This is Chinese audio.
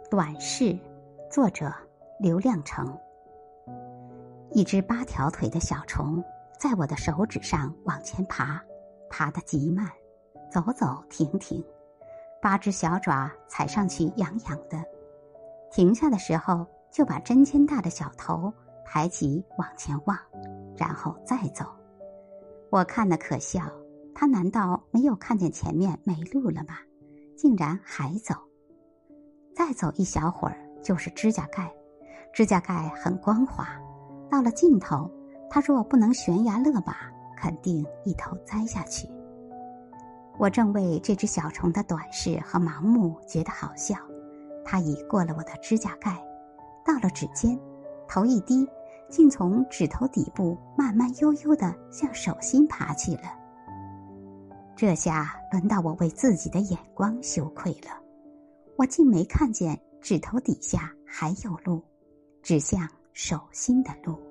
短视，作者刘亮程。一只8条腿的小虫在我的手指上往前爬，爬得极慢，走走停停，8只小爪踩上去痒痒的，停下的时候就把针尖大的小头抬起往前望，然后再走。我看得可笑，它难道没有看见前面没路了吗？竟然还走。再走一小会儿就是指甲盖，指甲盖很光滑，到了尽头，它若不能悬崖勒马，肯定一头栽下去。我正为这只小虫的短视和盲目觉得好笑，它已过了我的指甲盖，到了指尖，头一低，竟从指头底部慢慢悠悠地向手心爬去了。这下轮到我为自己的眼光羞愧了，我竟没看见指头底下还有路，指向手心的路。